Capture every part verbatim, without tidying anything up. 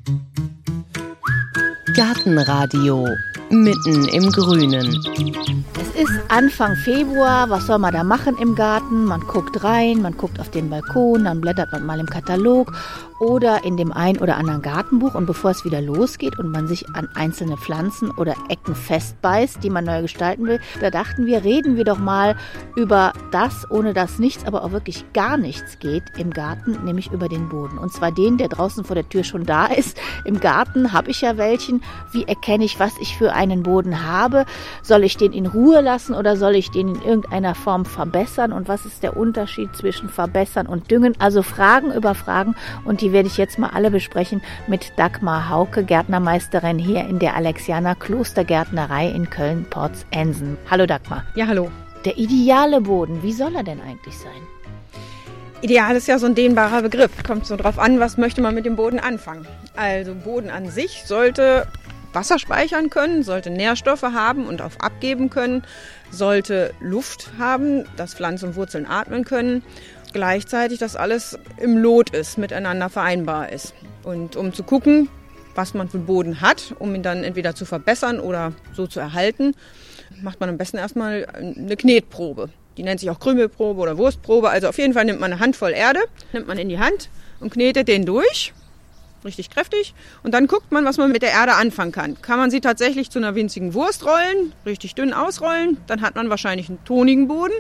Gartenradio mitten im Grünen. Es ist Anfang Februar, was soll man da machen im Garten? Man guckt rein, man guckt auf den Balkon, dann blättert man mal im Katalog oder in dem ein oder anderen Gartenbuch. Und bevor es wieder losgeht und man sich an einzelne Pflanzen oder Ecken festbeißt, die man neu gestalten will, da dachten wir, reden wir doch mal über das, ohne dass nichts, aber auch wirklich gar nichts geht im Garten, nämlich über den Boden. Und zwar den, der draußen vor der Tür schon da ist. Im Garten habe ich ja welchen. Wie erkenne ich, was ich für einen Boden habe? Soll ich den in Ruhe lassen oder soll ich den in irgendeiner Form verbessern? Und was ist der Unterschied zwischen verbessern und düngen? Also Fragen über Fragen, und die werde ich jetzt mal alle besprechen mit Dagmar Hauke, Gärtnermeisterin hier in der Alexianer Klostergärtnerei in Köln-Porzensen. Hallo Dagmar. Ja, hallo. Der ideale Boden, wie soll er denn eigentlich sein? Ideal ist ja so ein dehnbarer Begriff. Kommt so drauf an, was möchte man mit dem Boden anfangen. Also Boden an sich sollte Wasser speichern können, sollte Nährstoffe haben und auch abgeben können, sollte Luft haben, dass Pflanzen und Wurzeln atmen können. Gleichzeitig, dass alles im Lot ist, miteinander vereinbar ist. Und um zu gucken, was man für einen Boden hat, um ihn dann entweder zu verbessern oder so zu erhalten, macht man am besten erstmal eine Knetprobe. Die nennt sich auch Krümelprobe oder Wurstprobe. Also auf jeden Fall nimmt man eine Handvoll Erde, nimmt man in die Hand und knetet den durch, richtig kräftig. Und dann guckt man, was man mit der Erde anfangen kann. Kann man sie tatsächlich zu einer winzigen Wurst rollen, richtig dünn ausrollen, dann hat man wahrscheinlich einen tonigen Boden,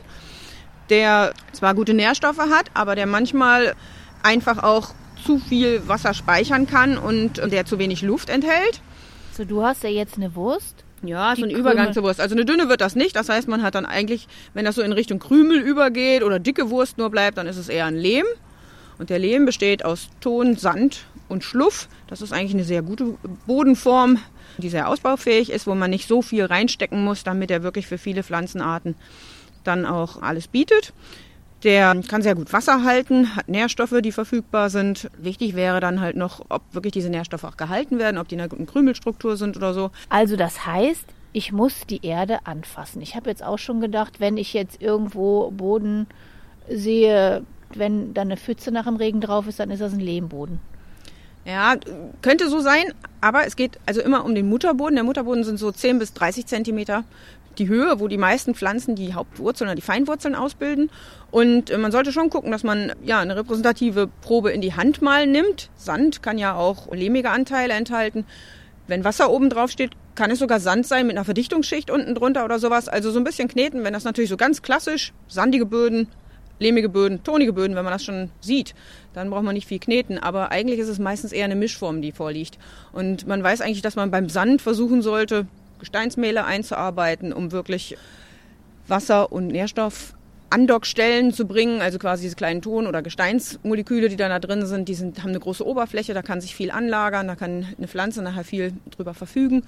der zwar gute Nährstoffe hat, aber der manchmal einfach auch zu viel Wasser speichern kann und der zu wenig Luft enthält. So, du hast ja jetzt eine Wurst. Ja, so ein Übergang zur Wurst. Also eine dünne wird das nicht. Das heißt, man hat dann eigentlich, wenn das so in Richtung Krümel übergeht oder dicke Wurst nur bleibt, dann ist es eher ein Lehm. Und der Lehm besteht aus Ton, Sand und Schluff. Das ist eigentlich eine sehr gute Bodenform, die sehr ausbaufähig ist, wo man nicht so viel reinstecken muss, damit er wirklich für viele Pflanzenarten dann auch alles bietet. Der kann sehr gut Wasser halten, hat Nährstoffe, die verfügbar sind. Wichtig wäre dann halt noch, ob wirklich diese Nährstoffe auch gehalten werden, ob die in einer guten Krümelstruktur sind oder so. Also das heißt, ich muss die Erde anfassen. Ich habe jetzt auch schon gedacht, wenn ich jetzt irgendwo Boden sehe, wenn da eine Pfütze nach dem Regen drauf ist, dann ist das ein Lehmboden. Ja, könnte so sein, aber es geht also immer um den Mutterboden. Der Mutterboden sind so zehn bis dreißig Zentimeter die Höhe, wo die meisten Pflanzen die Hauptwurzeln oder die Feinwurzeln ausbilden. Und man sollte schon gucken, dass man ja eine repräsentative Probe in die Hand mal nimmt. Sand kann ja auch lehmige Anteile enthalten. Wenn Wasser oben drauf steht, kann es sogar Sand sein mit einer Verdichtungsschicht unten drunter oder sowas. Also so ein bisschen kneten, wenn das natürlich so ganz klassisch, sandige Böden, lehmige Böden, tonige Böden, wenn man das schon sieht, dann braucht man nicht viel kneten. Aber eigentlich ist es meistens eher eine Mischform, die vorliegt. Und man weiß eigentlich, dass man beim Sand versuchen sollte, Gesteinsmehle einzuarbeiten, um wirklich Wasser- und Nährstoffandockstellen zu bringen. Also quasi diese kleinen Ton- oder Gesteinsmoleküle, die da, da drin sind, die sind, haben eine große Oberfläche, da kann sich viel anlagern, da kann eine Pflanze nachher viel drüber verfügen.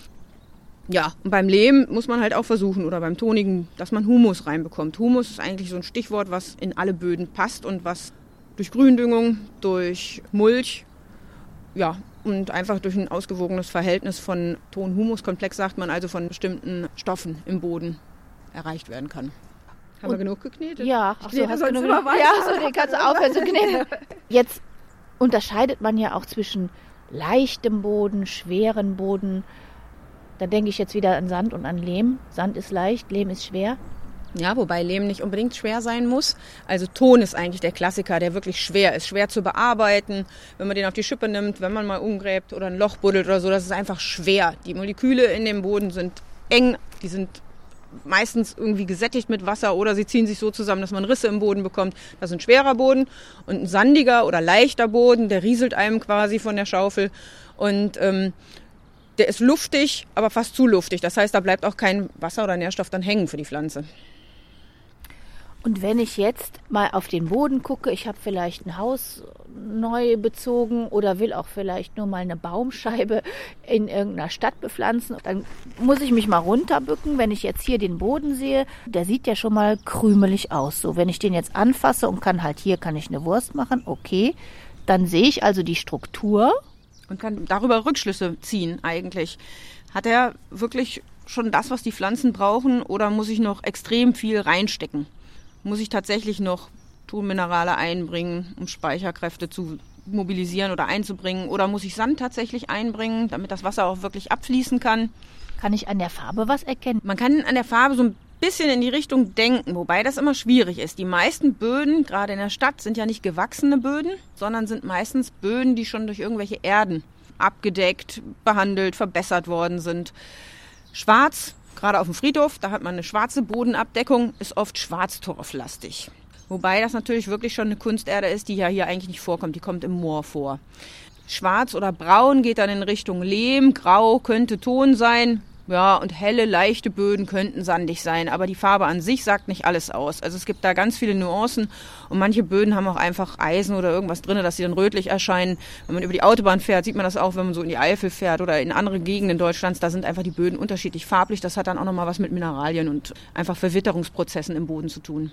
Ja, und beim Lehm muss man halt auch versuchen, oder beim Tonigen, dass man Humus reinbekommt. Humus ist eigentlich so ein Stichwort, was in alle Böden passt und was durch Gründüngung, durch Mulch, ja, und einfach durch ein ausgewogenes Verhältnis von Ton-Humus-Komplex, sagt man, also von bestimmten Stoffen im Boden erreicht werden kann. Haben wir genug geknetet? Ja, ach so, hast du genug geknetet? Ja, so, den kannst du aufhören zu kneten. Jetzt unterscheidet man ja auch zwischen leichtem Boden, schweren Boden. Da denke ich jetzt wieder an Sand und an Lehm. Sand ist leicht, Lehm ist schwer. Ja, wobei Lehm nicht unbedingt schwer sein muss. Also Ton ist eigentlich der Klassiker, der wirklich schwer ist, schwer zu bearbeiten. Wenn man den auf die Schippe nimmt, wenn man mal umgräbt oder ein Loch buddelt oder so, das ist einfach schwer. Die Moleküle in dem Boden sind eng, die sind meistens irgendwie gesättigt mit Wasser oder sie ziehen sich so zusammen, dass man Risse im Boden bekommt. Das ist ein schwerer Boden. Und ein sandiger oder leichter Boden, der rieselt einem quasi von der Schaufel. Und ähm, der ist luftig, aber fast zu luftig. Das heißt, da bleibt auch kein Wasser oder Nährstoff dann hängen für die Pflanze. Und wenn ich jetzt mal auf den Boden gucke, ich habe vielleicht ein Haus neu bezogen oder will auch vielleicht nur mal eine Baumscheibe in irgendeiner Stadt bepflanzen, dann muss ich mich mal runterbücken. Wenn ich jetzt hier den Boden sehe, der sieht ja schon mal krümelig aus. So, wenn ich den jetzt anfasse und kann halt hier kann ich eine Wurst machen, okay, dann sehe ich also die Struktur. Und kann darüber Rückschlüsse ziehen eigentlich. Hat er wirklich schon das, was die Pflanzen brauchen, oder muss ich noch extrem viel reinstecken? Muss ich tatsächlich noch Tonminerale einbringen, um Speicherkräfte zu mobilisieren oder einzubringen? Oder muss ich Sand tatsächlich einbringen, damit das Wasser auch wirklich abfließen kann? Kann ich an der Farbe was erkennen? Man kann an der Farbe so ein bisschen in die Richtung denken, wobei das immer schwierig ist. Die meisten Böden, gerade in der Stadt, sind ja nicht gewachsene Böden, sondern sind meistens Böden, die schon durch irgendwelche Erden abgedeckt, behandelt, verbessert worden sind. Schwarz, gerade auf dem Friedhof, da hat man eine schwarze Bodenabdeckung, ist oft schwarztorflastig. Wobei das natürlich wirklich schon eine Kunsterde ist, die ja hier eigentlich nicht vorkommt, die kommt im Moor vor. Schwarz oder braun geht dann in Richtung Lehm, grau könnte Ton sein. Ja, und helle, leichte Böden könnten sandig sein, aber die Farbe an sich sagt nicht alles aus. Also es gibt da ganz viele Nuancen und manche Böden haben auch einfach Eisen oder irgendwas drin, dass sie dann rötlich erscheinen. Wenn man über die Autobahn fährt, sieht man das auch, wenn man so in die Eifel fährt oder in andere Gegenden Deutschlands, da sind einfach die Böden unterschiedlich farblich. Das hat dann auch nochmal was mit Mineralien und einfach Verwitterungsprozessen im Boden zu tun.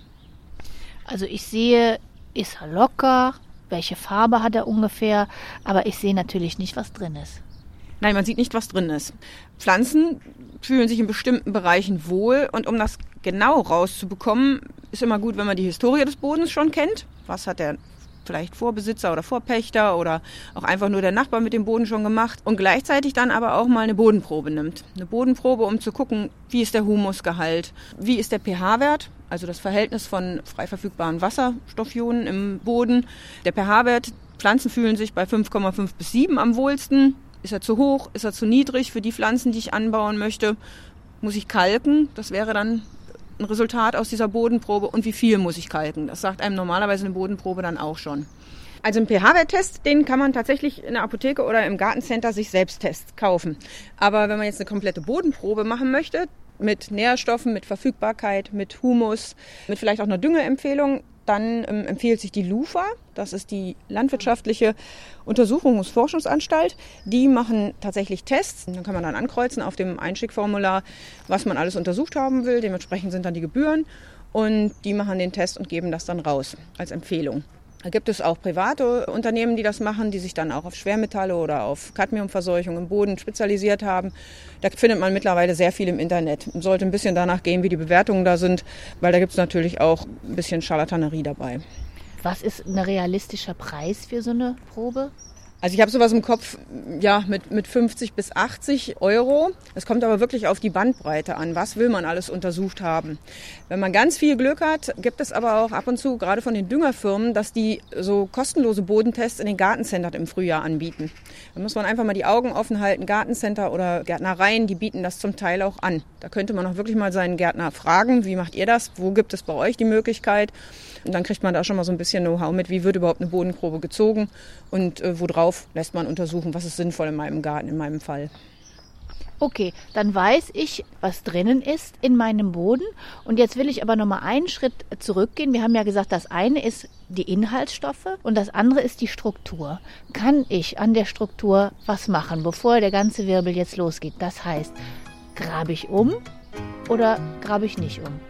Also ich sehe, ist er locker, welche Farbe hat er ungefähr, aber ich sehe natürlich nicht, was drin ist. Nein, man sieht nicht, was drin ist. Pflanzen fühlen sich in bestimmten Bereichen wohl und um das genau rauszubekommen, ist immer gut, wenn man die Historie des Bodens schon kennt. Was hat der vielleicht Vorbesitzer oder Vorpächter oder auch einfach nur der Nachbar mit dem Boden schon gemacht und gleichzeitig dann aber auch mal eine Bodenprobe nimmt. Eine Bodenprobe, um zu gucken, wie ist der Humusgehalt, wie ist der pH-Wert, also das Verhältnis von frei verfügbaren Wasserstoffionen im Boden. Der pH-Wert, Pflanzen fühlen sich bei fünf Komma fünf bis sieben am wohlsten. Ist er zu hoch? Ist er zu niedrig für die Pflanzen, die ich anbauen möchte? Muss ich kalken? Das wäre dann ein Resultat aus dieser Bodenprobe. Und wie viel muss ich kalken? Das sagt einem normalerweise eine Bodenprobe dann auch schon. Also einen pH-Werttest, den kann man tatsächlich in der Apotheke oder im Gartencenter sich selbst Tests kaufen. Aber wenn man jetzt eine komplette Bodenprobe machen möchte, mit Nährstoffen, mit Verfügbarkeit, mit Humus, mit vielleicht auch einer Düngeempfehlung, dann ähm, empfiehlt sich die LUFA, das ist die Landwirtschaftliche Untersuchungsforschungsanstalt. Die machen tatsächlich Tests. Dann kann man dann ankreuzen auf dem Einschickformular, was man alles untersucht haben will. Dementsprechend sind dann die Gebühren und die machen den Test und geben das dann raus als Empfehlung. Da gibt es auch private Unternehmen, die das machen, die sich dann auch auf Schwermetalle oder auf Cadmiumverseuchung im Boden spezialisiert haben. Da findet man mittlerweile sehr viel im Internet. Man sollte ein bisschen danach gehen, wie die Bewertungen da sind, weil da gibt es natürlich auch ein bisschen Scharlatanerie dabei. Was ist ein realistischer Preis für so eine Probe? Also ich habe sowas im Kopf, ja, mit, mit fünfzig bis achtzig Euro. Es kommt aber wirklich auf die Bandbreite an. Was will man alles untersucht haben? Wenn man ganz viel Glück hat, gibt es aber auch ab und zu, gerade von den Düngerfirmen, dass die so kostenlose Bodentests in den Gartencentern im Frühjahr anbieten. Da muss man einfach mal die Augen offen halten. Gartencenter oder Gärtnereien, die bieten das zum Teil auch an. Da könnte man auch wirklich mal seinen Gärtner fragen, wie macht ihr das? Wo gibt es bei euch die Möglichkeit? Und dann kriegt man da schon mal so ein bisschen Know-how mit, wie wird überhaupt eine Bodenprobe gezogen und äh, worauf lässt man untersuchen, was ist sinnvoll in meinem Garten, in meinem Fall. Okay, dann weiß ich, was drinnen ist in meinem Boden. Und jetzt will ich aber noch mal einen Schritt zurückgehen. Wir haben ja gesagt, das eine ist die Inhaltsstoffe und das andere ist die Struktur. Kann ich an der Struktur was machen, bevor der ganze Wirbel jetzt losgeht? Das heißt, grabe ich um oder grabe ich nicht um?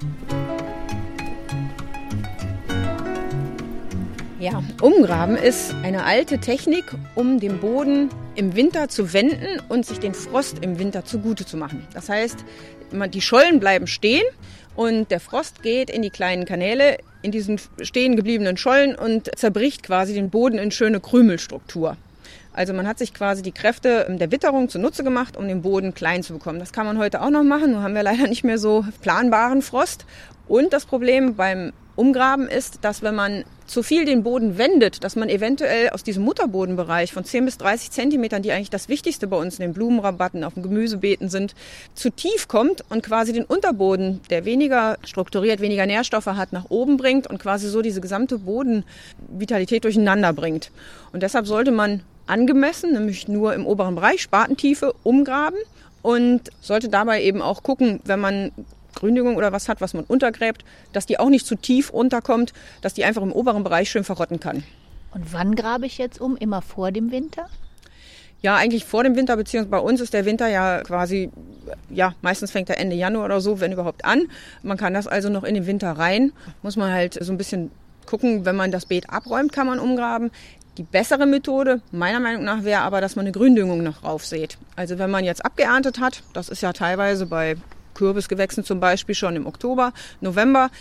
Ja, Umgraben ist eine alte Technik, um den Boden im Winter zu wenden und sich den Frost im Winter zugute zu machen. Das heißt, die Schollen bleiben stehen und der Frost geht in die kleinen Kanäle, in diesen stehen gebliebenen Schollen und zerbricht quasi den Boden in schöne Krümelstruktur. Also man hat sich quasi die Kräfte der Witterung zunutze gemacht, um den Boden klein zu bekommen. Das kann man heute auch noch machen, nur haben wir leider nicht mehr so planbaren Frost. Und das Problem beim Umgraben ist, dass wenn man zu viel den Boden wendet, dass man eventuell aus diesem Mutterbodenbereich von zehn bis dreißig Zentimetern, die eigentlich das Wichtigste bei uns in den Blumenrabatten, auf den Gemüsebeeten sind, zu tief kommt und quasi den Unterboden, der weniger strukturiert, weniger Nährstoffe hat, nach oben bringt und quasi so diese gesamte Bodenvitalität durcheinander bringt. Und deshalb sollte man angemessen, nämlich nur im oberen Bereich, Spatentiefe, umgraben und sollte dabei eben auch gucken, wenn man Gründüngung oder was hat, was man untergräbt, dass die auch nicht zu tief runterkommt, dass die einfach im oberen Bereich schön verrotten kann. Und wann grabe ich jetzt um? Immer vor dem Winter? Ja, eigentlich vor dem Winter, beziehungsweise bei uns ist der Winter ja quasi, ja, meistens fängt er Ende Januar oder so, wenn überhaupt an. Man kann das also noch in den Winter rein. Muss man halt so ein bisschen gucken, wenn man das Beet abräumt, kann man umgraben. Die bessere Methode, meiner Meinung nach, wäre aber, dass man eine Gründüngung noch raufsät. Also wenn man jetzt abgeerntet hat, das ist ja teilweise bei Kürbisgewächsen zum Beispiel schon im Oktober, November,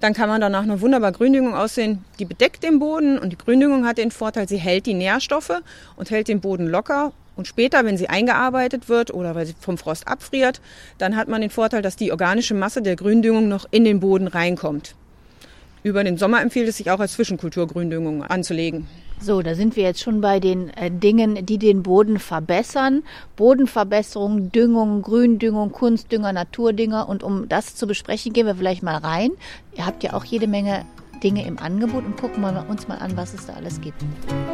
Dann kann man danach eine wunderbar Gründüngung aussehen. Die bedeckt den Boden und die Gründüngung hat den Vorteil, sie hält die Nährstoffe und hält den Boden locker. Und später, wenn sie eingearbeitet wird oder weil sie vom Frost abfriert, dann hat man den Vorteil, dass die organische Masse der Gründüngung noch in den Boden reinkommt. Über den Sommer empfiehlt es sich auch als Zwischenkultur Gründüngung anzulegen. So, da sind wir jetzt schon bei den äh, Dingen, die den Boden verbessern. Bodenverbesserung, Düngung, Gründüngung, Kunstdünger, Naturdünger. Und um das zu besprechen, gehen wir vielleicht mal rein. Ihr habt ja auch jede Menge Dinge im Angebot und gucken wir uns mal an, was es da alles gibt.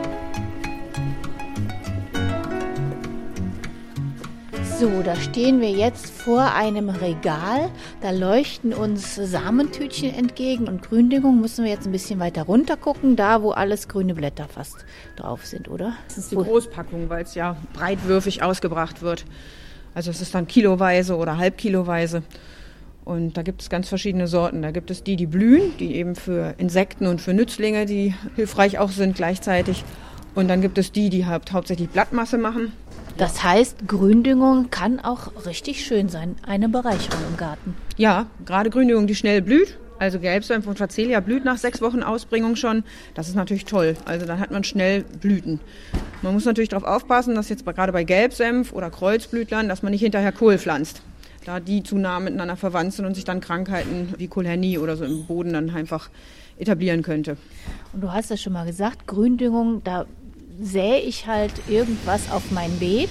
So, da stehen wir jetzt vor einem Regal. Da leuchten uns Samentütchen entgegen und Gründüngung müssen wir jetzt ein bisschen weiter runter gucken, da wo alles grüne Blätter fast drauf sind, oder? Das ist die Großpackung, weil es ja breitwürfig ausgebracht wird. Also es ist dann kiloweise oder halbkiloweise. Und da gibt es ganz verschiedene Sorten. Da gibt es die, die blühen, die eben für Insekten und für Nützlinge, die hilfreich auch sind gleichzeitig. Und dann gibt es die, die haupt, hauptsächlich Blattmasse machen. Das heißt, Gründüngung kann auch richtig schön sein, eine Bereicherung im Garten. Ja, gerade Gründüngung, die schnell blüht. Also Gelbsenf und Facelia blüht nach sechs Wochen Ausbringung schon. Das ist natürlich toll. Also dann hat man schnell Blüten. Man muss natürlich darauf aufpassen, dass jetzt gerade bei Gelbsenf oder Kreuzblütlern, dass man nicht hinterher Kohl pflanzt. Da die zu nah miteinander verwandt sind und sich dann Krankheiten wie Kohlhernie oder so im Boden dann einfach etablieren könnte. Und du hast ja schon mal gesagt, Gründüngung, da sähe ich halt irgendwas auf mein Beet,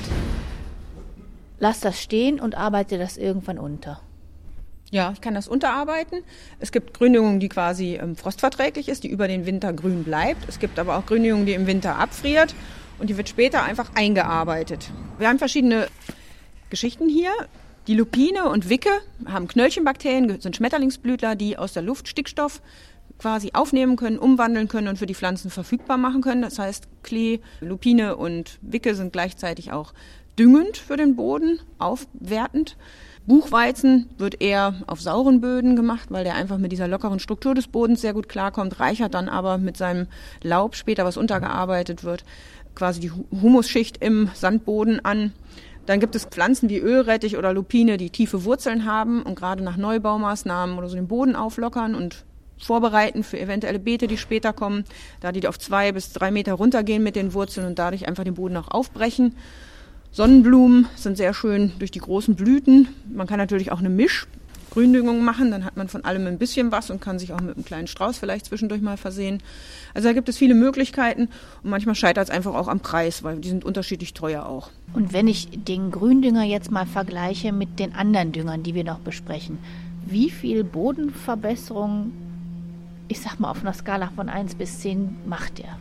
lass das stehen und arbeite das irgendwann unter. Ja, ich kann das unterarbeiten. Es gibt Gründüngung, die quasi ähm, frostverträglich ist, die über den Winter grün bleibt. Es gibt aber auch Gründüngung, die im Winter abfriert und die wird später einfach eingearbeitet. Wir haben verschiedene Geschichten hier. Die Lupine und Wicke haben Knöllchenbakterien, sind Schmetterlingsblütler, die aus der Luft Stickstoff quasi aufnehmen können, umwandeln können und für die Pflanzen verfügbar machen können. Das heißt, Klee, Lupine und Wicke sind gleichzeitig auch düngend für den Boden, aufwertend. Buchweizen wird eher auf sauren Böden gemacht, weil der einfach mit dieser lockeren Struktur des Bodens sehr gut klarkommt, reichert dann aber mit seinem Laub später, was untergearbeitet wird, quasi die Humusschicht im Sandboden an. Dann gibt es Pflanzen wie Ölrettich oder Lupine, die tiefe Wurzeln haben und gerade nach Neubaumaßnahmen oder so den Boden auflockern und vorbereiten für eventuelle Beete, die später kommen, da die auf zwei bis drei Meter runtergehen mit den Wurzeln und dadurch einfach den Boden auch aufbrechen. Sonnenblumen sind sehr schön durch die großen Blüten. Man kann natürlich auch eine Mischgründüngung machen, dann hat man von allem ein bisschen was und kann sich auch mit einem kleinen Strauß vielleicht zwischendurch mal versehen. Also da gibt es viele Möglichkeiten und manchmal scheitert es einfach auch am Preis, weil die sind unterschiedlich teuer auch. Und wenn ich den Gründünger jetzt mal vergleiche mit den anderen Düngern, die wir noch besprechen, wie viel Bodenverbesserung, ich sag mal auf einer Skala von eins bis zehn, macht der?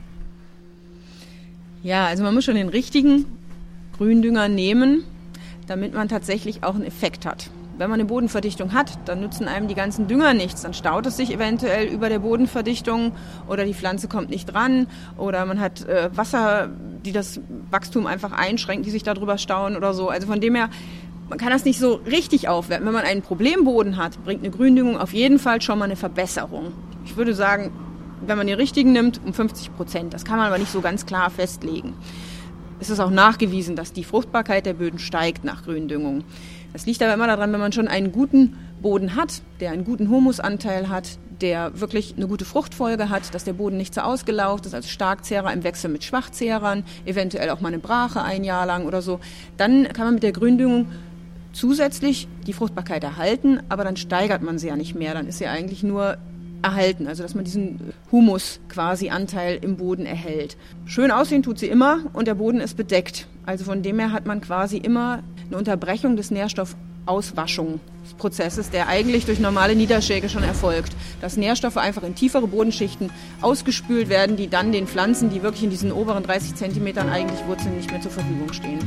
Ja, also man muss schon den richtigen Gründünger nehmen, damit man tatsächlich auch einen Effekt hat. Wenn man eine Bodenverdichtung hat, dann nützen einem die ganzen Dünger nichts. Dann staut es sich eventuell über der Bodenverdichtung oder die Pflanze kommt nicht dran oder man hat äh, Wasser, die das Wachstum einfach einschränken, die sich darüber stauen oder so. Also von dem her, man kann das nicht so richtig aufwerten. Wenn man einen Problemboden hat, bringt eine Gründüngung auf jeden Fall schon mal eine Verbesserung. Ich würde sagen, wenn man den richtigen nimmt, um fünfzig Prozent. Das kann man aber nicht so ganz klar festlegen. Es ist auch nachgewiesen, dass die Fruchtbarkeit der Böden steigt nach Gründüngung. Das liegt aber immer daran, wenn man schon einen guten Boden hat, der einen guten Humusanteil hat, der wirklich eine gute Fruchtfolge hat, dass der Boden nicht so ausgelaugt ist, also Starkzehrer im Wechsel mit Schwachzehrern, eventuell auch mal eine Brache ein Jahr lang oder so. Dann kann man mit der Gründüngung zusätzlich die Fruchtbarkeit erhalten, aber dann steigert man sie ja nicht mehr. Dann ist sie eigentlich nur erhalten, also dass man diesen Humus quasi Anteil im Boden erhält. Schön aussehen tut sie immer und der Boden ist bedeckt. Also von dem her hat man quasi immer eine Unterbrechung des Nährstoffauswaschungsprozesses, der eigentlich durch normale Niederschläge schon erfolgt. Dass Nährstoffe einfach in tiefere Bodenschichten ausgespült werden, die dann den Pflanzen, die wirklich in diesen oberen dreißig Zentimetern eigentlich Wurzeln, nicht mehr zur Verfügung stehen.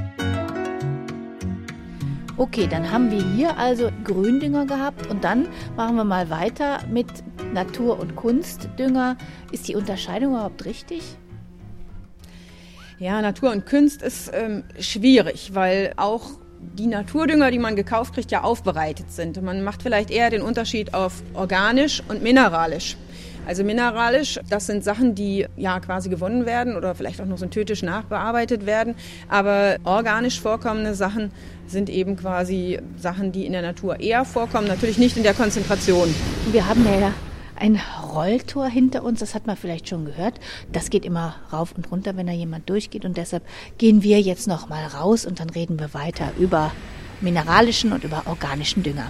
Okay, dann haben wir hier also Gründünger gehabt und dann machen wir mal weiter mit Natur- und Kunstdünger. Ist die Unterscheidung überhaupt richtig? Ja, Natur und Kunst ist ähm, schwierig, weil auch die Naturdünger, die man gekauft kriegt, ja aufbereitet sind. Und man macht vielleicht eher den Unterschied auf organisch und mineralisch. Also mineralisch, das sind Sachen, die ja quasi gewonnen werden oder vielleicht auch noch synthetisch nachbearbeitet werden. Aber organisch vorkommende Sachen sind eben quasi Sachen, die in der Natur eher vorkommen. Natürlich nicht in der Konzentration. Wir haben ja ein Rolltor hinter uns, das hat man vielleicht schon gehört. Das geht immer rauf und runter, wenn da jemand durchgeht. Und deshalb gehen wir jetzt noch mal raus und dann reden wir weiter über mineralischen und über organischen Dünger.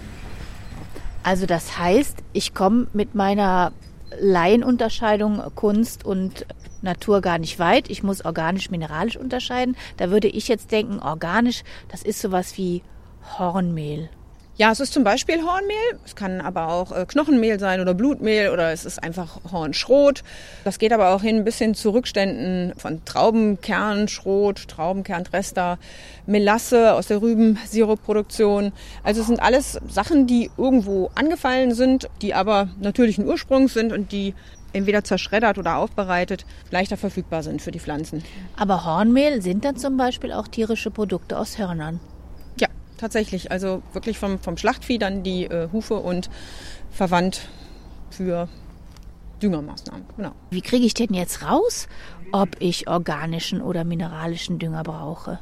Also das heißt, ich komme mit meiner Laienunterscheidung Kunst und Natur gar nicht weit. Ich muss organisch-mineralisch unterscheiden. Da würde ich jetzt denken, organisch, das ist sowas wie Hornmehl. Ja, es ist zum Beispiel Hornmehl, es kann aber auch äh, Knochenmehl sein oder Blutmehl oder es ist einfach Hornschrot. Das geht aber auch hin bis hin zu Rückständen von Traubenkernschrot, Traubenkerntester, Melasse aus der Rübensirupproduktion. Also es sind alles Sachen, die irgendwo angefallen sind, die aber natürlichen Ursprungs sind und die entweder zerschreddert oder aufbereitet leichter verfügbar sind für die Pflanzen. Aber Hornmehl sind dann zum Beispiel auch tierische Produkte aus Hörnern? Ja, tatsächlich. Also wirklich vom, vom Schlachtvieh dann die äh, Hufe und verwandt für Düngermaßnahmen. Genau. Wie kriege ich denn jetzt raus, ob ich organischen oder mineralischen Dünger brauche?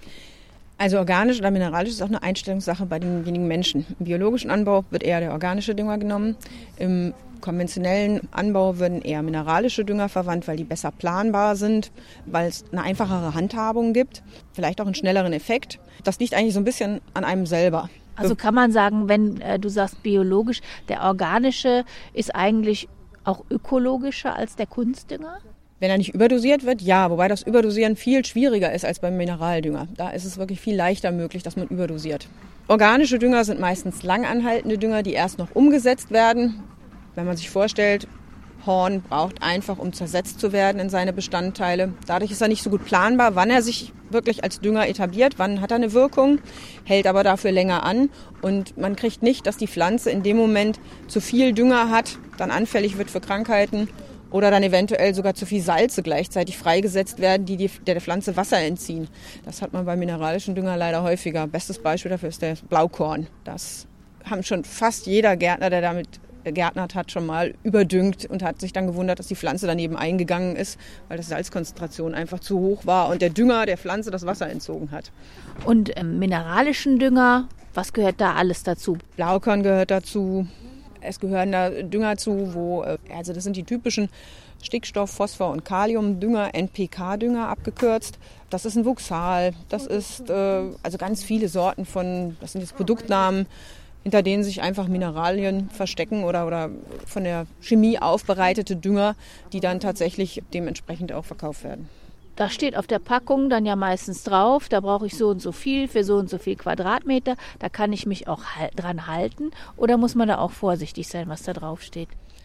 Also organisch oder mineralisch ist auch eine Einstellungssache bei denjenigen Menschen. Im biologischen Anbau wird eher der organische Dünger genommen. Im konventionellen Anbau werden eher mineralische Dünger verwandt, weil die besser planbar sind, weil es eine einfachere Handhabung gibt, vielleicht auch einen schnelleren Effekt. Das liegt eigentlich so ein bisschen an einem selber. Also kann man sagen, wenn äh, du sagst biologisch, der organische ist eigentlich auch ökologischer als der Kunstdünger? Wenn er nicht überdosiert wird, ja, wobei das Überdosieren viel schwieriger ist als beim Mineraldünger. Da ist es wirklich viel leichter möglich, dass man überdosiert. Organische Dünger sind meistens langanhaltende Dünger, die erst noch umgesetzt werden. Wenn man sich vorstellt, Horn braucht einfach, um zersetzt zu werden in seine Bestandteile. Dadurch ist er nicht so gut planbar, wann er sich wirklich als Dünger etabliert, wann hat er eine Wirkung, hält aber dafür länger an. Und man kriegt nicht, dass die Pflanze in dem Moment zu viel Dünger hat, dann anfällig wird für Krankheiten oder dann eventuell sogar zu viel Salze gleichzeitig freigesetzt werden, die, die der Pflanze Wasser entziehen. Das hat man bei mineralischen Dünger leider häufiger. Bestes Beispiel dafür ist der Blaukorn. Das haben schon fast jeder Gärtner, der damit gärtnert hat, schon mal überdüngt und hat sich dann gewundert, dass die Pflanze daneben eingegangen ist, weil die Salzkonzentration einfach zu hoch war und der Dünger der Pflanze das Wasser entzogen hat. Und ähm, mineralischen Dünger, was gehört da alles dazu? Blaukorn gehört dazu. Es gehören da Dünger zu, wo, also das sind die typischen Stickstoff, Phosphor und Kaliumdünger, N P K-Dünger abgekürzt. Das ist ein Vuxal, das ist äh, also ganz viele Sorten von, das sind jetzt Produktnamen, hinter denen sich einfach Mineralien verstecken oder, oder von der Chemie aufbereitete Dünger, die dann tatsächlich dementsprechend auch verkauft werden. Da steht auf der Packung dann ja meistens drauf, da brauche ich so und so viel für so und so viel Quadratmeter. Da kann ich mich auch dran halten oder muss man da auch vorsichtig sein, was da drauf steht?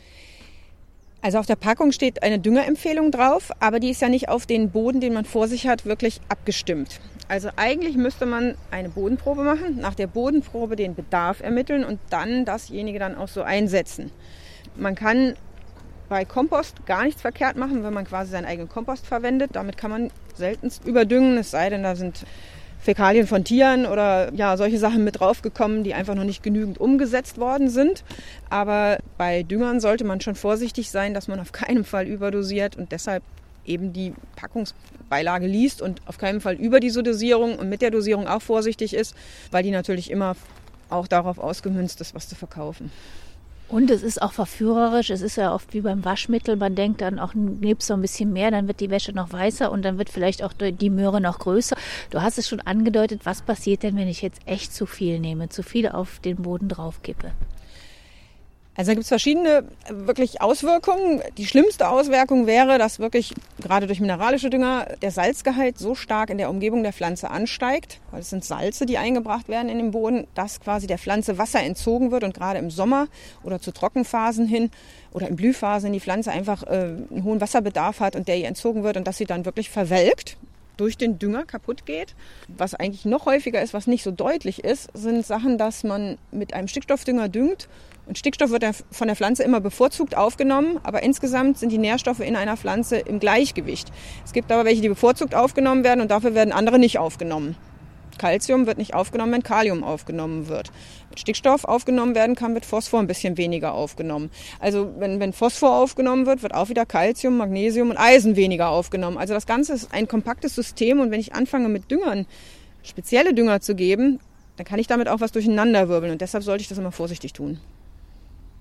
Also auf der Packung steht eine Düngerempfehlung drauf, aber die ist ja nicht auf den Boden, den man vor sich hat, wirklich abgestimmt. Also eigentlich müsste man eine Bodenprobe machen, nach der Bodenprobe den Bedarf ermitteln und dann dasjenige dann auch so einsetzen. Man kann bei Kompost gar nichts verkehrt machen, wenn man quasi seinen eigenen Kompost verwendet. Damit kann man seltenst überdüngen, es sei denn, da sind Fäkalien von Tieren oder ja, solche Sachen mit draufgekommen, die einfach noch nicht genügend umgesetzt worden sind. Aber bei Düngern sollte man schon vorsichtig sein, dass man auf keinen Fall überdosiert und deshalb eben die Packungsbeilage liest und auf keinen Fall über diese Dosierung und mit der Dosierung auch vorsichtig ist, weil die natürlich immer auch darauf ausgemünzt ist, was zu verkaufen. Und es ist auch verführerisch, es ist ja oft wie beim Waschmittel, man denkt dann auch, nebst so ein bisschen mehr, dann wird die Wäsche noch weißer und dann wird vielleicht auch die Möhre noch größer. Du hast es schon angedeutet, was passiert denn, wenn ich jetzt echt zu viel nehme, zu viel auf den Boden draufkippe? Also da gibt es verschiedene wirklich Auswirkungen. Die schlimmste Auswirkung wäre, dass wirklich gerade durch mineralische Dünger der Salzgehalt so stark in der Umgebung der Pflanze ansteigt, weil es sind Salze, die eingebracht werden in den Boden, dass quasi der Pflanze Wasser entzogen wird und gerade im Sommer oder zu Trockenphasen hin oder in Blühphasen die Pflanze einfach äh, einen hohen Wasserbedarf hat und der ihr entzogen wird und dass sie dann wirklich verwelkt, durch den Dünger kaputt geht. Was eigentlich noch häufiger ist, was nicht so deutlich ist, sind Sachen, dass man mit einem Stickstoffdünger düngt. Und Stickstoff wird von der Pflanze immer bevorzugt aufgenommen, aber insgesamt sind die Nährstoffe in einer Pflanze im Gleichgewicht. Es gibt aber welche, die bevorzugt aufgenommen werden und dafür werden andere nicht aufgenommen. Calcium wird nicht aufgenommen, wenn Kalium aufgenommen wird. Wenn Stickstoff aufgenommen werden kann, wird Phosphor ein bisschen weniger aufgenommen. Also wenn, wenn Phosphor aufgenommen wird, wird auch wieder Calcium, Magnesium und Eisen weniger aufgenommen. Also das Ganze ist ein kompaktes System und wenn ich anfange mit Düngern, spezielle Dünger zu geben, dann kann ich damit auch was durcheinanderwirbeln und deshalb sollte ich das immer vorsichtig tun.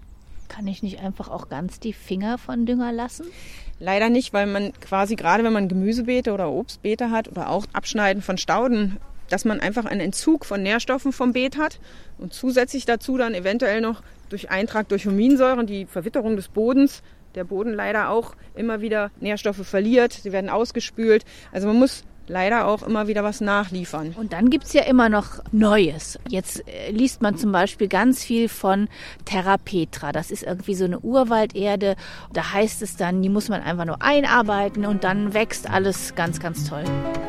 Kann ich nicht einfach auch ganz die Finger von Dünger lassen? Leider nicht, weil man quasi gerade, wenn man Gemüsebeete oder Obstbeete hat oder auch Abschneiden von Stauden, dass man einfach einen Entzug von Nährstoffen vom Beet hat und zusätzlich dazu dann eventuell noch durch Eintrag durch Huminsäuren, die Verwitterung des Bodens, der Boden leider auch immer wieder Nährstoffe verliert, sie werden ausgespült. Also man muss leider auch immer wieder was nachliefern. Und dann gibt's ja immer noch Neues. Jetzt äh, liest man zum Beispiel ganz viel von Terra Petra. Das ist irgendwie so eine Urwalderde. Da heißt es dann, die muss man einfach nur einarbeiten und dann wächst alles ganz, ganz toll.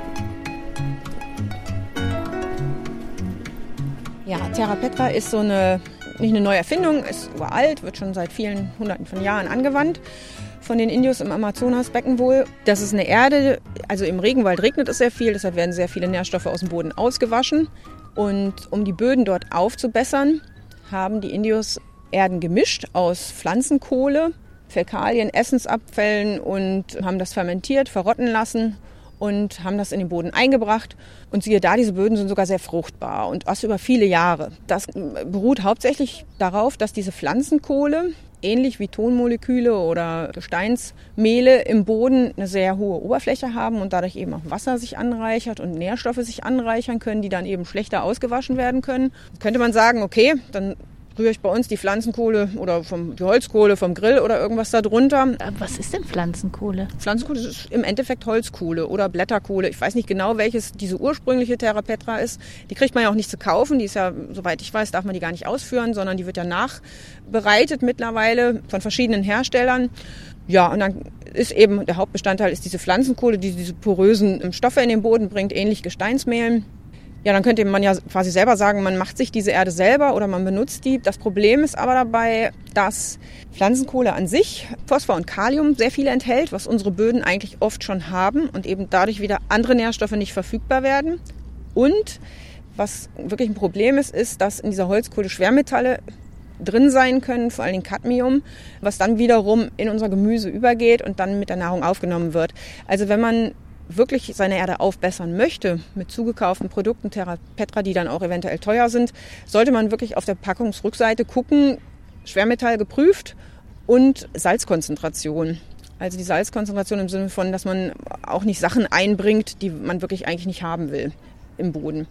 Ja, Terra Petra ist so eine, nicht eine neue Erfindung, ist uralt, wird schon seit vielen Hunderten von Jahren angewandt. Von den Indios im Amazonasbecken wohl. Das ist eine Erde, also im Regenwald regnet es sehr viel, deshalb werden sehr viele Nährstoffe aus dem Boden ausgewaschen. Und um die Böden dort aufzubessern, haben die Indios Erden gemischt aus Pflanzenkohle, Fäkalien, Essensabfällen und haben das fermentiert, verrotten lassen und haben das in den Boden eingebracht. Und siehe da, diese Böden sind sogar sehr fruchtbar und das über viele Jahre. Das beruht hauptsächlich darauf, dass diese Pflanzenkohle ähnlich wie Tonmoleküle oder Gesteinsmehle im Boden eine sehr hohe Oberfläche haben und dadurch eben auch Wasser sich anreichert und Nährstoffe sich anreichern können, die dann eben schlechter ausgewaschen werden können. Könnte man sagen, okay, dann rühre ich bei uns die Pflanzenkohle oder vom, die Holzkohle vom Grill oder irgendwas da drunter. Was ist denn Pflanzenkohle? Pflanzenkohle ist im Endeffekt Holzkohle oder Blätterkohle. Ich weiß nicht genau, welches diese ursprüngliche Terra Petra ist. Die kriegt man ja auch nicht zu kaufen. Die ist ja, soweit ich weiß, darf man die gar nicht ausführen, sondern die wird ja nachbereitet mittlerweile von verschiedenen Herstellern. Ja, und dann ist eben der Hauptbestandteil ist diese Pflanzenkohle, die diese porösen Stoffe in den Boden bringt, ähnlich Gesteinsmehlen. Ja, dann könnte man ja quasi selber sagen, man macht sich diese Erde selber oder man benutzt die. Das Problem ist aber dabei, dass Pflanzenkohle an sich Phosphor und Kalium sehr viel enthält, was unsere Böden eigentlich oft schon haben und eben dadurch wieder andere Nährstoffe nicht verfügbar werden. Und was wirklich ein Problem ist, ist, dass in dieser Holzkohle Schwermetalle drin sein können, vor allem Cadmium, was dann wiederum in unser Gemüse übergeht und dann mit der Nahrung aufgenommen wird. Also wenn man wirklich seine Erde aufbessern möchte mit zugekauften Produkten Terra Petra, die dann auch eventuell teuer sind, sollte man wirklich auf der Packungsrückseite gucken, Schwermetall geprüft und Salzkonzentration. Also die Salzkonzentration im Sinne von, dass man auch nicht Sachen einbringt, die man wirklich eigentlich nicht haben will im Boden.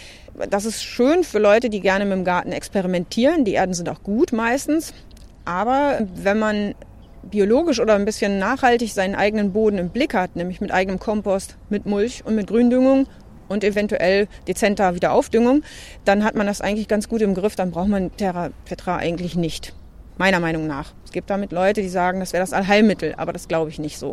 Das ist schön für Leute, die gerne mit dem Garten experimentieren. Die Erden sind auch gut meistens. Aber wenn man biologisch oder ein bisschen nachhaltig seinen eigenen Boden im Blick hat, nämlich mit eigenem Kompost, mit Mulch und mit Gründüngung und eventuell dezenter Wiederaufdüngung, dann hat man das eigentlich ganz gut im Griff. Dann braucht man Terra Petra eigentlich nicht, meiner Meinung nach. Es gibt damit Leute, die sagen, das wäre das Allheilmittel, aber das glaube ich nicht so.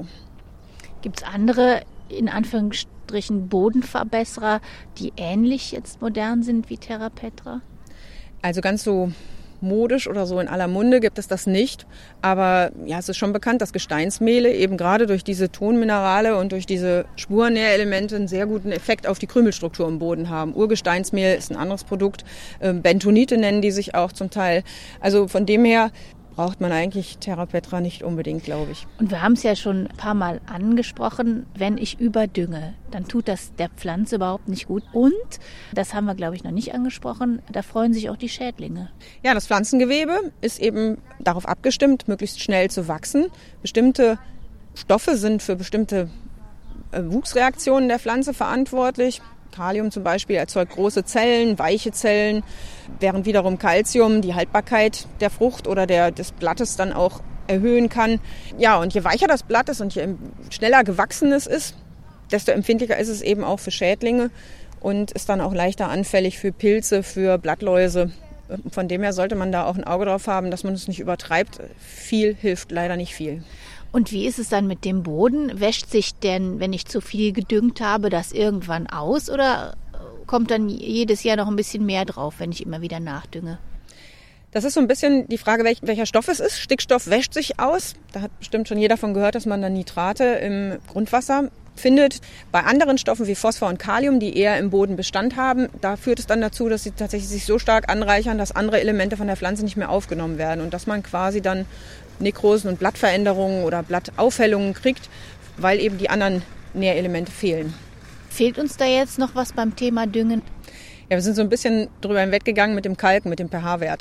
Gibt es andere, in Anführungsstrichen, Bodenverbesserer, die ähnlich jetzt modern sind wie Terra Petra? Also ganz so modisch oder so in aller Munde gibt es das nicht. Aber ja, es ist schon bekannt, dass Gesteinsmehle eben gerade durch diese Tonminerale und durch diese Spurnährelemente einen sehr guten Effekt auf die Krümelstruktur im Boden haben. Urgesteinsmehl ist ein anderes Produkt. Bentonite nennen die sich auch zum Teil. Also von dem her braucht man eigentlich Terra Petra nicht unbedingt, glaube ich. Und wir haben es ja schon ein paar Mal angesprochen, wenn ich überdünge, dann tut das der Pflanze überhaupt nicht gut. Und, das haben wir, glaube ich, noch nicht angesprochen, da freuen sich auch die Schädlinge. Ja, das Pflanzengewebe ist eben darauf abgestimmt, möglichst schnell zu wachsen. Bestimmte Stoffe sind für bestimmte Wuchsreaktionen der Pflanze verantwortlich. Kalium zum Beispiel erzeugt große Zellen, weiche Zellen, während wiederum Calcium die Haltbarkeit der Frucht oder der, des Blattes dann auch erhöhen kann. Ja, und je weicher das Blatt ist und je schneller gewachsen es ist, desto empfindlicher ist es eben auch für Schädlinge und ist dann auch leichter anfällig für Pilze, für Blattläuse. Von dem her sollte man da auch ein Auge drauf haben, dass man es nicht übertreibt. Viel hilft leider nicht viel. Und wie ist es dann mit dem Boden? Wäscht sich denn, wenn ich zu viel gedüngt habe, das irgendwann aus oder kommt dann jedes Jahr noch ein bisschen mehr drauf, wenn ich immer wieder nachdünge? Das ist so ein bisschen die Frage, welch, welcher Stoff es ist. Stickstoff wäscht sich aus. Da hat bestimmt schon jeder von gehört, dass man dann Nitrate im Grundwasser findet. Bei anderen Stoffen wie Phosphor und Kalium, die eher im Boden Bestand haben, da führt es dann dazu, dass sie tatsächlich sich so stark anreichern, dass andere Elemente von der Pflanze nicht mehr aufgenommen werden und dass man quasi dann Nekrosen und Blattveränderungen oder Blattaufhellungen kriegt, weil eben die anderen Nährelemente fehlen. Fehlt uns da jetzt noch was beim Thema Düngen? Ja, wir sind so ein bisschen drüber hinweggegangen mit dem Kalken, mit dem pH-Wert.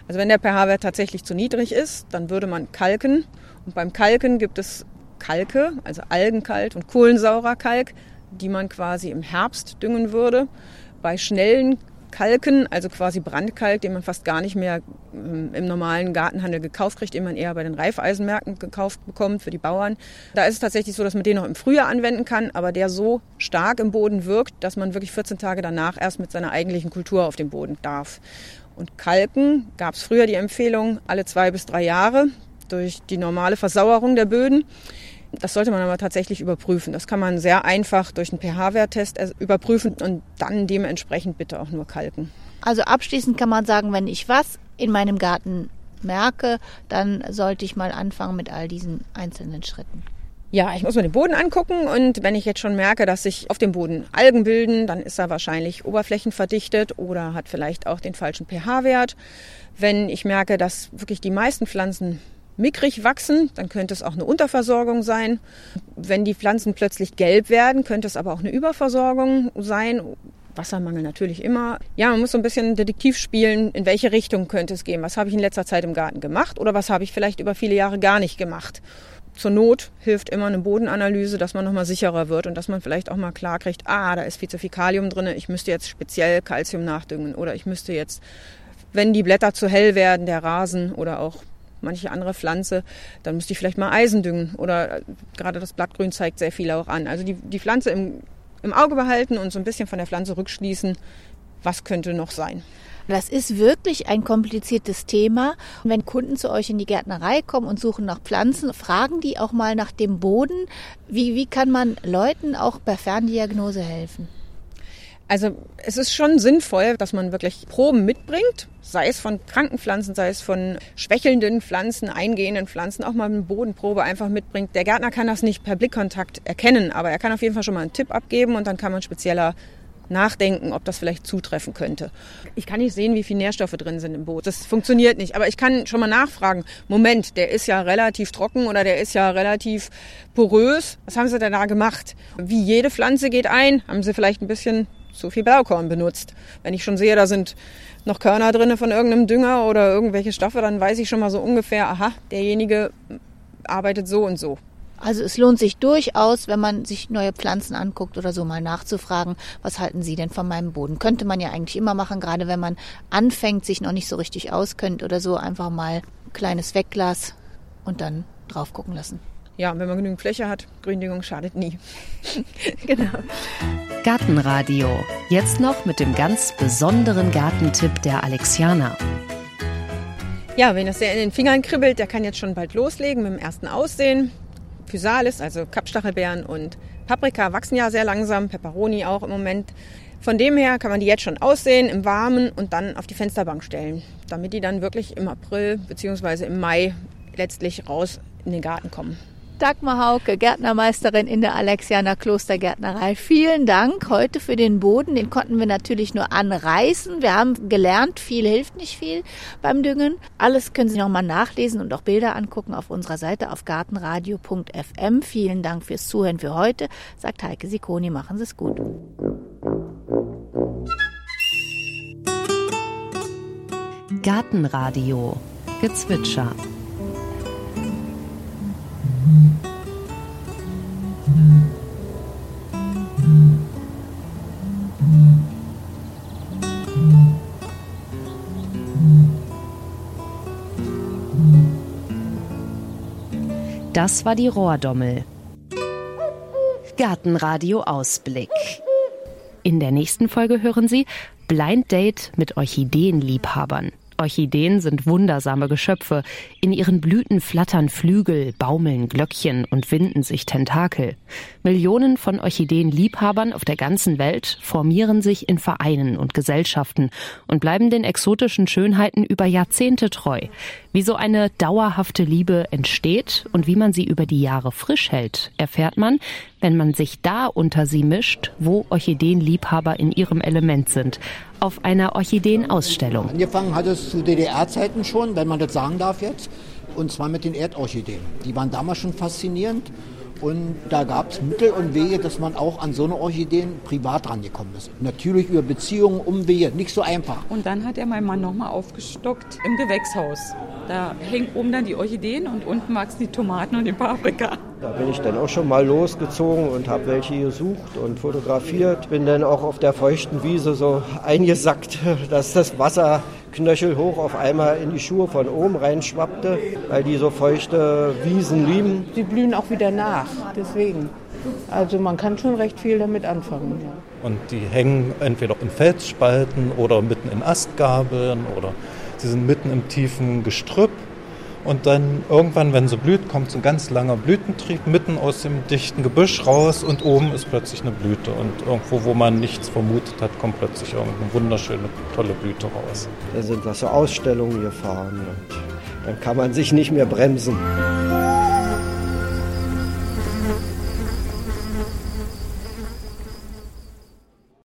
Also wenn der pH-Wert tatsächlich zu niedrig ist, dann würde man kalken. Und beim Kalken gibt es Kalke, also Algenkalk und kohlensaurer Kalk, die man quasi im Herbst düngen würde. Bei schnellen Kalken, also quasi Brandkalk, den man fast gar nicht mehr im normalen Gartenhandel gekauft kriegt, den man eher bei den Reifeisenmärkten gekauft bekommt für die Bauern. Da ist es tatsächlich so, dass man den noch im Frühjahr anwenden kann, aber der so stark im Boden wirkt, dass man wirklich vierzehn Tage danach erst mit seiner eigentlichen Kultur auf den Boden darf. Und Kalken gab es früher die Empfehlung alle zwei bis drei Jahre durch die normale Versauerung der Böden. Das sollte man aber tatsächlich überprüfen. Das kann man sehr einfach durch einen pH-Werttest überprüfen und dann dementsprechend bitte auch nur kalken. Also abschließend kann man sagen, wenn ich was in meinem Garten merke, dann sollte ich mal anfangen mit all diesen einzelnen Schritten. Ja, ich muss mir den Boden angucken und wenn ich jetzt schon merke, dass sich auf dem Boden Algen bilden, dann ist er wahrscheinlich oberflächenverdichtet oder hat vielleicht auch den falschen pH-Wert. Wenn ich merke, dass wirklich die meisten Pflanzen mickrig wachsen, dann könnte es auch eine Unterversorgung sein. Wenn die Pflanzen plötzlich gelb werden, könnte es aber auch eine Überversorgung sein. Wassermangel natürlich immer. Ja, man muss so ein bisschen Detektiv spielen, in welche Richtung könnte es gehen. Was habe ich in letzter Zeit im Garten gemacht oder was habe ich vielleicht über viele Jahre gar nicht gemacht. Zur Not hilft immer eine Bodenanalyse, dass man nochmal sicherer wird und dass man vielleicht auch mal klar kriegt, ah, da ist viel zu viel Kalium drin, ich müsste jetzt speziell Calcium nachdüngen oder ich müsste jetzt, wenn die Blätter zu hell werden, der Rasen oder auch manche andere Pflanze, dann müsste ich vielleicht mal Eisen düngen oder gerade das Blattgrün zeigt sehr viel auch an. Also die, die Pflanze im, im Auge behalten und so ein bisschen von der Pflanze rückschließen, was könnte noch sein. Das ist wirklich ein kompliziertes Thema. Und wenn Kunden zu euch in die Gärtnerei kommen und suchen nach Pflanzen, fragen die auch mal nach dem Boden. Wie, wie kann man Leuten auch bei Ferndiagnose helfen? Also es ist schon sinnvoll, dass man wirklich Proben mitbringt, sei es von kranken Pflanzen, sei es von schwächelnden Pflanzen, eingehenden Pflanzen, auch mal eine Bodenprobe einfach mitbringt. Der Gärtner kann das nicht per Blickkontakt erkennen, aber er kann auf jeden Fall schon mal einen Tipp abgeben und dann kann man spezieller nachdenken, ob das vielleicht zutreffen könnte. Ich kann nicht sehen, wie viele Nährstoffe drin sind im Boden. Das funktioniert nicht, aber ich kann schon mal nachfragen. Moment, der ist ja relativ trocken oder der ist ja relativ porös. Was haben Sie denn da gemacht? Wie jede Pflanze geht ein, haben Sie vielleicht ein bisschen zu viel Blaukorn benutzt. Wenn ich schon sehe, da sind noch Körner drin von irgendeinem Dünger oder irgendwelche Stoffe, dann weiß ich schon mal so ungefähr, aha, derjenige arbeitet so und so. Also es lohnt sich durchaus, wenn man sich neue Pflanzen anguckt oder so, mal nachzufragen, was halten Sie denn von meinem Boden? Könnte man ja eigentlich immer machen, gerade wenn man anfängt, sich noch nicht so richtig auskennt oder so, einfach mal ein kleines Wegglas und dann drauf gucken lassen. Ja, wenn man genügend Fläche hat, Gründüngung schadet nie. Genau. Gartenradio. Jetzt noch mit dem ganz besonderen Gartentipp der Alexianer. Ja, wenn das sehr in den Fingern kribbelt, der kann jetzt schon bald loslegen mit dem ersten Aussehen. Physalis, also Kappstachelbeeren und Paprika wachsen ja sehr langsam, Peperoni auch im Moment. Von dem her kann man die jetzt schon aussehen, im Warmen und dann auf die Fensterbank stellen, damit die dann wirklich im April bzw. im Mai letztlich raus in den Garten kommen. Dagmar Hauke, Gärtnermeisterin in der Alexianer Klostergärtnerei. Vielen Dank heute für den Boden. Den konnten wir natürlich nur anreißen. Wir haben gelernt, viel hilft nicht viel beim Düngen. Alles können Sie nochmal nachlesen und auch Bilder angucken auf unserer Seite auf gartenradio punkt f m. Vielen Dank fürs Zuhören für heute, sagt Heike Sikoni. Machen Sie es gut. Gartenradio. Gezwitscher. Das war die Rohrdommel. Gartenradio Ausblick. In der nächsten Folge hören Sie Blind Date mit Orchideenliebhabern. Orchideen sind wundersame Geschöpfe. In ihren Blüten flattern Flügel, baumeln Glöckchen und winden sich Tentakel. Millionen von Orchideenliebhabern auf der ganzen Welt formieren sich in Vereinen und Gesellschaften und bleiben den exotischen Schönheiten über Jahrzehnte treu. Wie so eine dauerhafte Liebe entsteht und wie man sie über die Jahre frisch hält, erfährt man, wenn man sich da unter sie mischt, wo Orchideenliebhaber in ihrem Element sind, auf einer Orchideenausstellung. Angefangen hat es zu D D R-Zeiten schon, wenn man das sagen darf jetzt, und zwar mit den Erdorchideen. Die waren damals schon faszinierend Und da gab es Mittel und Wege, dass man auch an so eine Orchideen privat rangekommen ist. Natürlich über Beziehungen, Umwege, nicht so einfach. Und dann hat er mein Mann nochmal aufgestockt im Gewächshaus. Da hängen oben dann die Orchideen und unten wachsen die Tomaten und die Paprika. Da bin ich dann auch schon mal losgezogen und habe welche gesucht und fotografiert. Bin dann auch auf der feuchten Wiese so eingesackt, dass das Wasser knöchelhoch auf einmal in die Schuhe von oben reinschwappte, weil die so feuchte Wiesen lieben. Die blühen auch wieder nach, deswegen. Also man kann schon recht viel damit anfangen. Ja. Und die hängen entweder in Felsspalten oder mitten in Astgabeln oder sie sind mitten im tiefen Gestrüpp. Und dann irgendwann, wenn sie blüht, kommt so ein ganz langer Blütentrieb mitten aus dem dichten Gebüsch raus und oben ist plötzlich eine Blüte. Und irgendwo, wo man nichts vermutet hat, kommt plötzlich irgendeine wunderschöne, tolle Blüte raus. Da sind wir zur Ausstellung gefahren und dann kann man sich nicht mehr bremsen.